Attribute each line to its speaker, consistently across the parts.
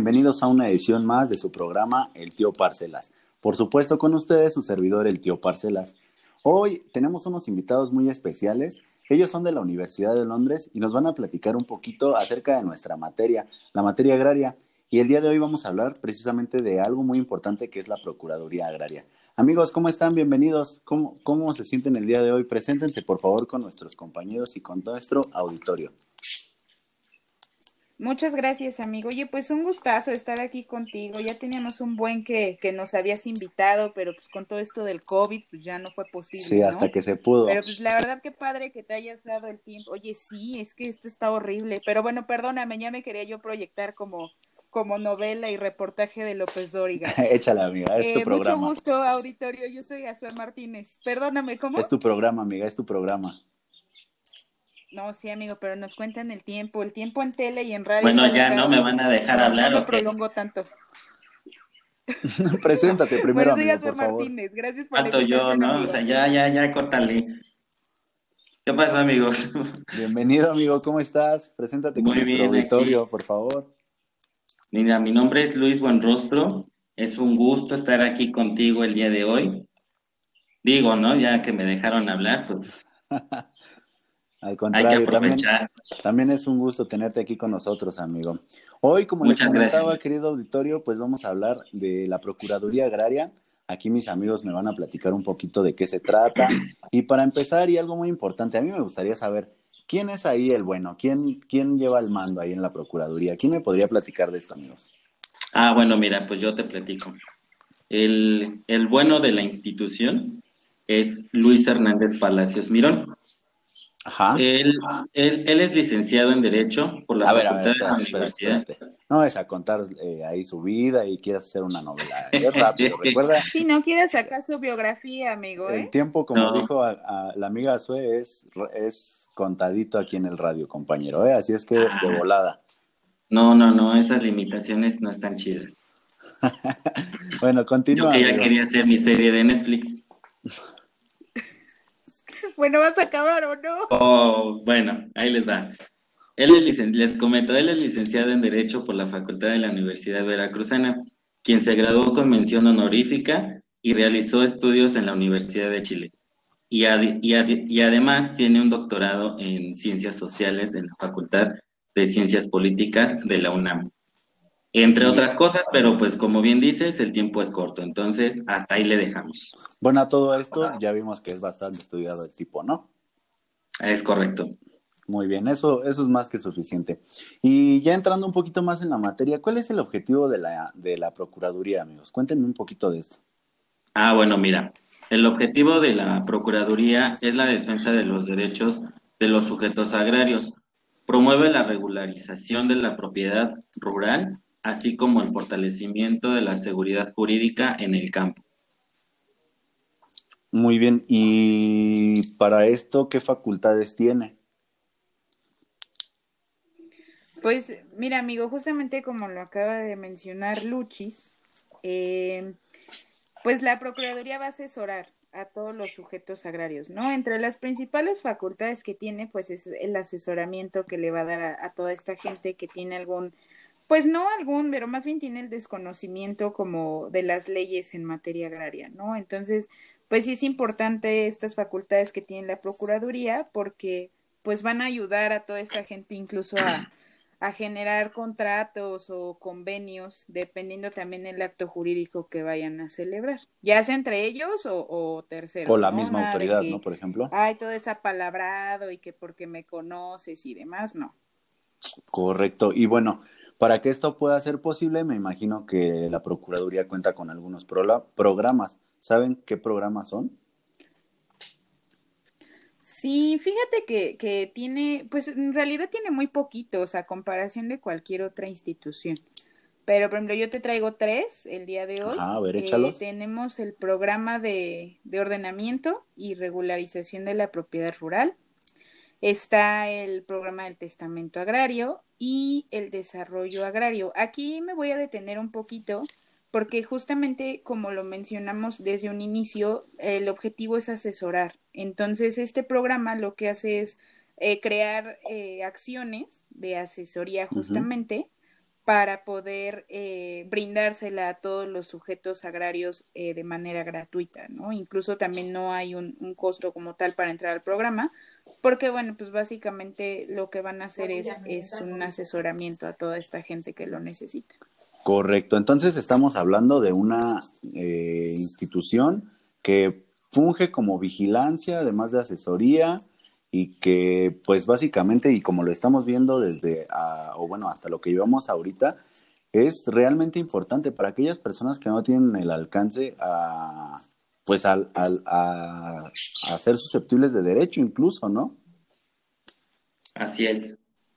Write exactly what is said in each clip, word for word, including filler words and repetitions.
Speaker 1: bienvenidos a una edición más de su programa El Tío Parcelas. Por supuesto con ustedes su servidor El Tío Parcelas. Hoy tenemos unos invitados muy especiales. Ellos son de la Universidad de Londres y nos van a platicar un poquito acerca de nuestra materia, la materia agraria. Y el día de hoy vamos a hablar precisamente de algo muy importante que es la Procuraduría Agraria. Amigos, ¿cómo están? Bienvenidos. ¿Cómo, cómo se sienten el día de hoy? Preséntense por favor con nuestros compañeros y con nuestro auditorio.
Speaker 2: Muchas gracias, amigo. Oye, pues un gustazo estar aquí contigo. Ya teníamos un buen que, que nos habías invitado, pero pues con todo esto del COVID, pues ya no fue
Speaker 1: Sí,
Speaker 2: posible,
Speaker 1: hasta
Speaker 2: ¿no?
Speaker 1: que se pudo.
Speaker 2: Pero pues la verdad que padre que te hayas dado el tiempo. Oye, sí, es que esto está horrible. Pero bueno, perdóname, ya me quería yo proyectar como, como novela y reportaje de López Dóriga.
Speaker 1: Échala, amiga, es tu
Speaker 2: Eh, mucho
Speaker 1: programa.
Speaker 2: gusto, auditorio. Yo soy Azue Martínez. Perdóname, ¿cómo?
Speaker 1: Es tu programa, amiga, es tu programa.
Speaker 2: No, sí, amigo, pero nos cuentan el tiempo. El tiempo en tele y en radio
Speaker 3: Bueno,
Speaker 2: está muy
Speaker 3: ya no
Speaker 2: caro,
Speaker 3: me van a
Speaker 2: entonces pues
Speaker 3: dejar
Speaker 2: no, no
Speaker 3: hablar
Speaker 2: me
Speaker 3: o qué.
Speaker 2: prolongo tanto.
Speaker 1: Preséntate primero,
Speaker 2: Bueno, soy
Speaker 1: amigo,
Speaker 2: Azue
Speaker 1: por favor.
Speaker 2: Martínez. Gracias por la
Speaker 3: Falto yo,
Speaker 2: invitación,
Speaker 3: ¿no? O
Speaker 2: amigo.
Speaker 3: sea, ya, ya, ya, córtale. ¿Qué pasa, amigos?
Speaker 1: Bienvenido, amigo, ¿cómo estás? Preséntate con
Speaker 3: Muy
Speaker 1: nuestro
Speaker 3: bien, aquí.
Speaker 1: auditorio, por favor.
Speaker 3: Mira, mi nombre es Luis Buenrostro. Es un gusto estar aquí contigo el día de hoy. Digo, ¿no? Ya que me dejaron hablar, pues
Speaker 1: Al
Speaker 3: hay que
Speaker 1: contrario, también,
Speaker 3: aprovechar.
Speaker 1: también es un gusto tenerte aquí con nosotros, amigo. Hoy, como les
Speaker 3: Muchas
Speaker 1: comentaba,
Speaker 3: gracias.
Speaker 1: querido auditorio, pues vamos a hablar de la Procuraduría Agraria. Aquí mis amigos me van a platicar un poquito de qué se trata. Y para empezar, y algo muy importante, a mí me gustaría saber, ¿quién es ahí el bueno? ¿Quién, quién lleva el mando ahí en la Procuraduría? ¿Quién me podría platicar de esto, amigos?
Speaker 3: Ah, bueno, mira, pues yo te platico. El, el bueno de la institución es Luis Hernández Palacios Mirón.
Speaker 1: Ajá.
Speaker 3: Él, él, él es licenciado en Derecho por la
Speaker 1: A ver, a ver,
Speaker 3: Facultad de la
Speaker 1: espérate, espérate,
Speaker 3: Universidad.
Speaker 1: espérate. No vas a contar eh, ahí su vida y quieras hacer una novela. Es rápido. Recuerda,
Speaker 2: Si no quieres sacar su biografía, amigo,
Speaker 1: el
Speaker 2: ¿eh?
Speaker 1: tiempo, como
Speaker 3: No,
Speaker 1: dijo a, a la amiga Sue, es, es contadito aquí en el radio, compañero, ¿eh? Así es que de
Speaker 3: ah,
Speaker 1: volada.
Speaker 3: no, no, no, esas limitaciones no están chidas.
Speaker 1: Bueno,
Speaker 3: Yo
Speaker 1: continúa,
Speaker 3: que ya
Speaker 1: amigo.
Speaker 3: quería hacer mi serie de Netflix.
Speaker 2: Bueno, ¿vas a acabar o no?
Speaker 3: Oh, bueno, ahí les va. Él es licen- les comento, él es licenciado en Derecho por la Facultad de la Universidad Veracruzana, quien se graduó con mención honorífica y realizó estudios en la Universidad de Chile. Y, adi- y adi- y además tiene un doctorado en Ciencias Sociales en la Facultad de Ciencias Políticas de la UNAM. Entre
Speaker 1: Muy
Speaker 3: otras cosas, pero pues como bien dices, el tiempo es corto, entonces hasta ahí le dejamos.
Speaker 1: bueno, a todo esto ya vimos que es bastante estudiado el tipo, ¿no?
Speaker 3: Es correcto.
Speaker 1: Muy bien, eso, eso es más que suficiente. Y ya entrando un poquito más en la materia, ¿cuál es el objetivo de la, de la Procuraduría, amigos? Cuéntenme un poquito de esto.
Speaker 3: Ah, bueno, mira, el objetivo de la Procuraduría es la defensa de los derechos de los sujetos agrarios. Promueve la regularización de la propiedad rural, así como el fortalecimiento de la seguridad jurídica en el campo.
Speaker 1: Muy bien, y para esto, ¿qué facultades tiene?
Speaker 2: Pues mira, amigo, justamente como lo acaba de mencionar Luchis, eh, pues la Procuraduría va a asesorar a todos los sujetos agrarios, ¿no? Entre las principales facultades que tiene, pues es el asesoramiento que le va a dar a, a toda esta gente que tiene algún, pues no algún, pero más bien tiene el desconocimiento como de las leyes en materia agraria, ¿no? Entonces, pues sí es importante estas facultades que tiene la Procuraduría porque pues van a ayudar a toda esta gente incluso a a generar contratos o convenios, dependiendo también el acto jurídico que vayan a celebrar, ya sea entre ellos o, o
Speaker 1: O
Speaker 2: terceros,
Speaker 1: la
Speaker 2: ¿no?
Speaker 1: misma
Speaker 2: Nada de
Speaker 1: autoridad, ¿no?
Speaker 2: que
Speaker 1: Por ejemplo.
Speaker 2: hay todo ese apalabrado y que porque me conoces y demás, no.
Speaker 1: Correcto. Y bueno, para que esto pueda ser posible, me imagino que la Procuraduría cuenta con algunos prola- programas. ¿Saben qué programas son?
Speaker 2: Sí, fíjate que, que tiene, pues en realidad tiene muy poquitos a comparación de cualquier otra institución. Pero, por ejemplo, yo te traigo tres el día de hoy.
Speaker 1: Ajá, a ver,
Speaker 2: Eh,
Speaker 1: échalos.
Speaker 2: tenemos el programa de, de ordenamiento y regularización de la propiedad rural. Está el programa del testamento agrario y el desarrollo agrario. Aquí me voy a detener un poquito porque justamente como lo mencionamos desde un inicio, el objetivo es asesorar. Entonces, este programa lo que hace es eh, crear eh, acciones de asesoría
Speaker 1: Ujú.
Speaker 2: justamente para poder eh, brindársela a todos los sujetos agrarios eh, de manera gratuita, ¿no? Incluso también no hay un, un costo como tal para entrar al programa, porque bueno, pues básicamente lo que van a hacer es, es un asesoramiento a toda esta gente que lo necesita.
Speaker 1: Correcto, entonces estamos hablando de una eh, institución que funge como vigilancia, además de asesoría, y que pues básicamente, y como lo estamos viendo desde, a, o bueno, hasta lo que llevamos ahorita, es realmente importante para aquellas personas que no tienen el alcance a, pues al, al, a, a ser susceptibles de derecho incluso, ¿no?
Speaker 3: Así es.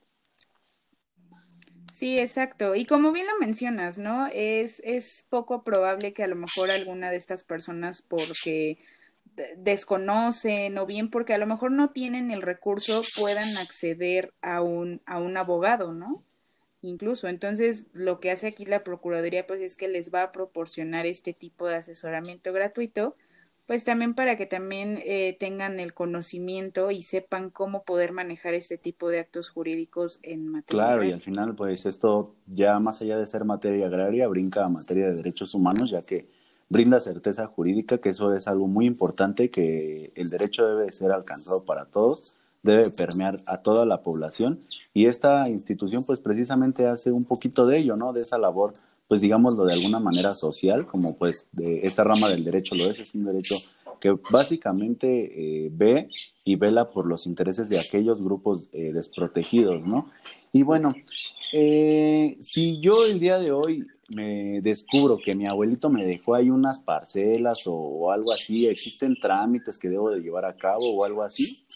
Speaker 2: Sí, exacto. Y como bien lo mencionas, ¿no? Es, es poco probable que a lo mejor alguna de estas personas, porque de- desconocen o bien porque a lo mejor no tienen el recurso, puedan acceder a un, a un abogado, ¿no? Incluso. Entonces, lo que hace aquí la Procuraduría, pues es que les va a proporcionar este tipo de asesoramiento gratuito, pues también para que también eh, tengan el conocimiento y sepan cómo poder manejar este tipo de actos jurídicos en materia
Speaker 1: Claro, y al
Speaker 2: agraria.
Speaker 1: final, pues esto ya más allá de ser materia agraria, brinca a materia de derechos humanos, ya que brinda certeza jurídica, que eso es algo muy importante, que el derecho debe ser alcanzado para todos, debe permear a toda la población, y esta institución pues precisamente hace un poquito de ello, ¿no? De esa labor, pues digámoslo de alguna manera social, como pues de esta rama del derecho lo es, es un derecho que básicamente eh, ve y vela por los intereses de aquellos grupos eh, desprotegidos, ¿no? Y bueno, eh, si yo el día de hoy me descubro que mi abuelito me dejó ahí unas parcelas o, o algo así, ¿existen trámites que debo de llevar a cabo o algo así?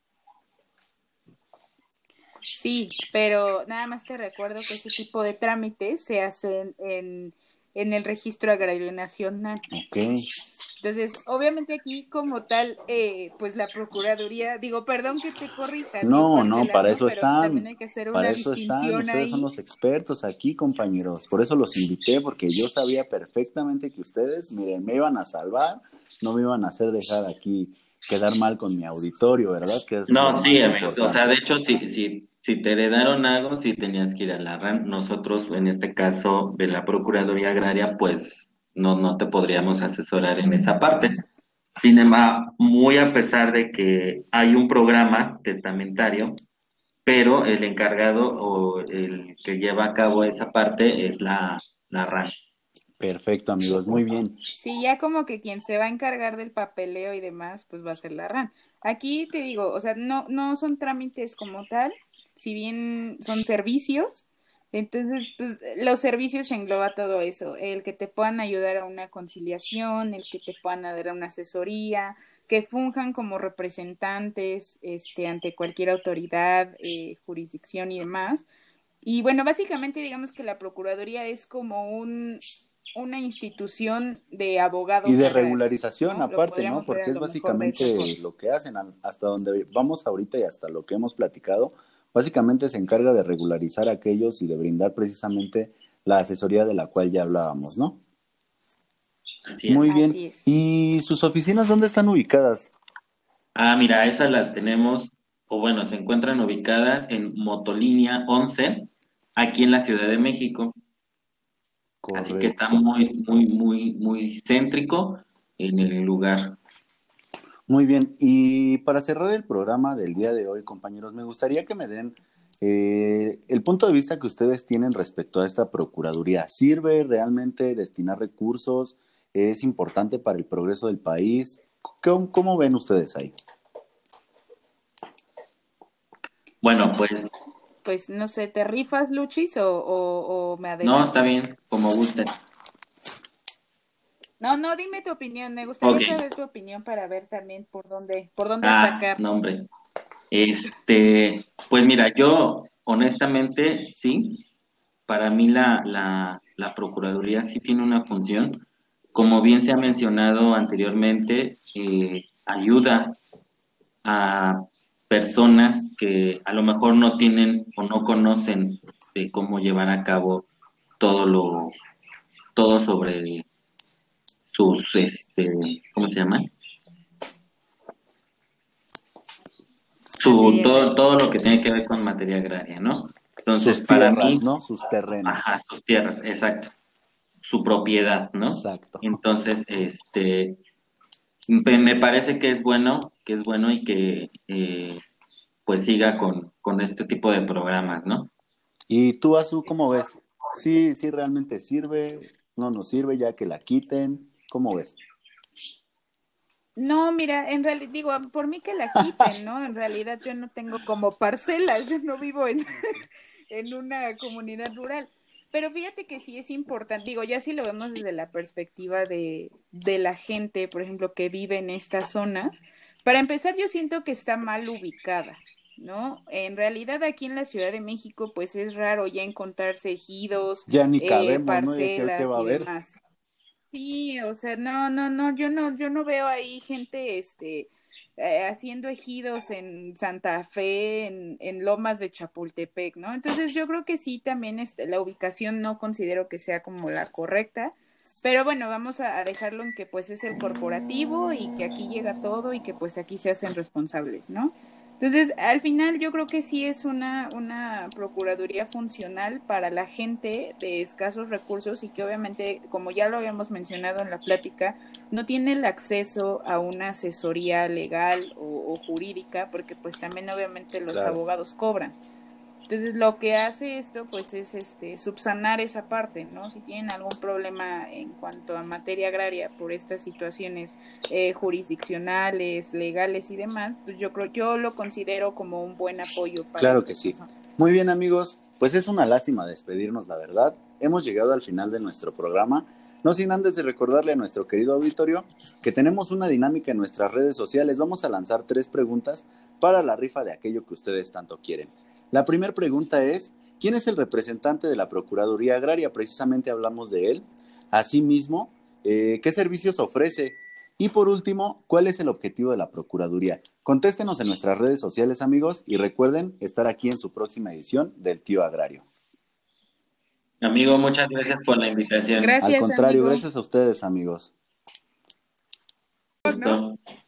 Speaker 2: Sí, pero nada más te recuerdo que ese tipo de trámites se hacen en, en el Registro Agrario Nacional.
Speaker 1: Ok.
Speaker 2: Entonces, obviamente aquí como tal, eh, pues la Procuraduría, digo, perdón que te corrija, tío
Speaker 1: No, no,
Speaker 2: Parcelas,
Speaker 1: para
Speaker 2: ¿no?
Speaker 1: eso
Speaker 2: Pero pues
Speaker 1: están,
Speaker 2: también hay que hacer
Speaker 1: para
Speaker 2: una
Speaker 1: eso están,
Speaker 2: distinción
Speaker 1: ustedes son
Speaker 2: ahí.
Speaker 1: los expertos aquí, compañeros, por eso los invité, porque yo sabía perfectamente que ustedes, miren, me iban a salvar, no me iban a hacer dejar aquí quedar mal con mi auditorio, ¿verdad? Que es lo
Speaker 3: No, sí,
Speaker 1: más
Speaker 3: amigos. O sea,
Speaker 1: importante.
Speaker 3: de hecho, si, si, si te heredaron algo, sí tenías que ir a la R A N. Nosotros, en este caso de la Procuraduría Agraria, pues no, no te podríamos asesorar en esa parte. Sin embargo, muy a pesar de que hay un programa testamentario, pero el encargado o el que lleva a cabo esa parte es la, la R A N.
Speaker 1: Perfecto, amigos, muy bien.
Speaker 2: Sí, ya como que quien se va a encargar del papeleo y demás, pues va a ser la R A N. Aquí te digo, o sea, no, no son trámites como tal, si bien son servicios, entonces, pues los servicios engloba todo eso, el que te puedan ayudar a una conciliación, el que te puedan dar una asesoría, que funjan como representantes, este, ante cualquier autoridad, eh, jurisdicción y demás. Y bueno, básicamente digamos que la Procuraduría es como un, una institución de
Speaker 1: Y
Speaker 2: abogados
Speaker 1: de
Speaker 2: agrarios,
Speaker 1: regularización
Speaker 2: ¿no? Lo
Speaker 1: aparte, ¿no?
Speaker 2: podríamos ver a
Speaker 1: Porque es
Speaker 2: lo mejor de
Speaker 1: básicamente
Speaker 2: esa forma.
Speaker 1: lo que hacen, al- hasta donde vamos ahorita y hasta lo que hemos platicado, básicamente se encarga de regularizar a aquellos y de brindar precisamente la asesoría de la cual ya hablábamos, ¿no?
Speaker 3: Así
Speaker 1: Muy
Speaker 3: es.
Speaker 1: bien.
Speaker 2: Así es.
Speaker 1: ¿Y sus oficinas dónde están ubicadas?
Speaker 3: Ah, mira, esas las tenemos, o bueno, se encuentran ubicadas en Motolínea once, aquí en la Ciudad de México. Así que está
Speaker 1: Correcto.
Speaker 3: muy, muy, muy, muy céntrico en el lugar.
Speaker 1: Muy bien. Y para cerrar el programa del día de hoy, compañeros, me gustaría que me den eh, el punto de vista que ustedes tienen respecto a esta Procuraduría. ¿Sirve realmente destinar recursos? ¿Es importante para el progreso del país? ¿Cómo, cómo ven ustedes ahí?
Speaker 3: Bueno, pues
Speaker 2: Pues no sé, ¿te rifas, Luchis, o, o, o me
Speaker 3: no, está
Speaker 2: adelanto?
Speaker 3: bien, como gusten.
Speaker 2: No, no, dime tu opinión. Me
Speaker 3: Ok.
Speaker 2: gustaría saber tu opinión para ver también por dónde, por dónde
Speaker 3: Ah,
Speaker 2: atacar.
Speaker 3: no, hombre. Este, pues mira, yo honestamente sí, para mí la, la, la Procuraduría sí tiene una función. Como bien se ha mencionado anteriormente, eh, ayuda a personas que a lo mejor no tienen o no conocen de cómo llevar a cabo todo lo, todo sobre sus, este, ¿cómo se llama? Su,
Speaker 2: Materia
Speaker 3: todo,
Speaker 2: agraria.
Speaker 3: todo lo que tiene que ver con materia agraria, ¿no? Entonces,
Speaker 1: sus
Speaker 3: para
Speaker 1: tierras,
Speaker 3: mí,
Speaker 1: ¿no? Sus terrenos.
Speaker 3: ajá, sus tierras, exacto, su propiedad, ¿no?
Speaker 1: Exacto.
Speaker 3: Entonces, este, me, me parece que es bueno, que es bueno y que eh, pues siga con, con este tipo de programas, ¿no?
Speaker 1: ¿Y tú, Azu, cómo ves? Sí, sí realmente sirve, no nos sirve ya que la quiten, ¿cómo ves?
Speaker 2: No, mira, en realidad, digo, por mí que la quiten, ¿no? En realidad yo no tengo como parcelas, yo no vivo en, en una comunidad rural. Pero fíjate que sí es importante, digo, ya si lo vemos desde la perspectiva de, de la gente, por ejemplo, que vive en estas zonas, para empezar yo siento que está mal ubicada, ¿no? En realidad aquí en la Ciudad de México, pues es raro ya encontrarse ejidos,
Speaker 1: Ya ni
Speaker 2: eh,
Speaker 1: cabemos, ¿no? ¿Ya qué, qué
Speaker 2: parcelas
Speaker 1: va a
Speaker 2: y
Speaker 1: haber?
Speaker 2: demás. Sí, o sea, no, no, no, yo no, yo no veo ahí gente, este, eh, haciendo ejidos en Santa Fe, en, en Lomas de Chapultepec, ¿no? Entonces yo creo que sí, también este, la ubicación no considero que sea como la correcta, pero bueno, vamos a, a dejarlo en que pues es el corporativo y que aquí llega todo y que pues aquí se hacen responsables, ¿no? Entonces, al final yo creo que sí es una, una procuraduría funcional para la gente de escasos recursos y que obviamente, como ya lo habíamos mencionado en la plática, no tiene el acceso a una asesoría legal o, o jurídica, porque pues también obviamente los
Speaker 1: Claro.
Speaker 2: abogados cobran. Entonces lo que hace esto pues es este subsanar esa parte, ¿no? Si tienen algún problema en cuanto a materia agraria por estas situaciones eh, jurisdiccionales, legales y demás, pues yo creo, yo lo considero como un buen apoyo para
Speaker 1: Claro que
Speaker 2: estas
Speaker 1: sí.
Speaker 2: personas.
Speaker 1: Muy bien, amigos, pues es una lástima despedirnos, la verdad. Hemos llegado al final de nuestro programa, no sin antes de recordarle a nuestro querido auditorio que tenemos una dinámica en nuestras redes sociales. Vamos a lanzar tres preguntas para la rifa de aquello que ustedes tanto quieren. La primera pregunta es, ¿quién es el representante de la Procuraduría Agraria? Precisamente hablamos de él. Asimismo, eh, ¿qué servicios ofrece? Y por último, ¿cuál es el objetivo de la Procuraduría? Contéstenos en nuestras redes sociales, amigos, y recuerden estar aquí en su próxima edición del Tío Agrario.
Speaker 3: Amigo, muchas gracias por la invitación.
Speaker 1: Al
Speaker 2: Gracias,
Speaker 1: contrario,
Speaker 2: amigo.
Speaker 1: gracias a ustedes, amigos.
Speaker 3: Gusto.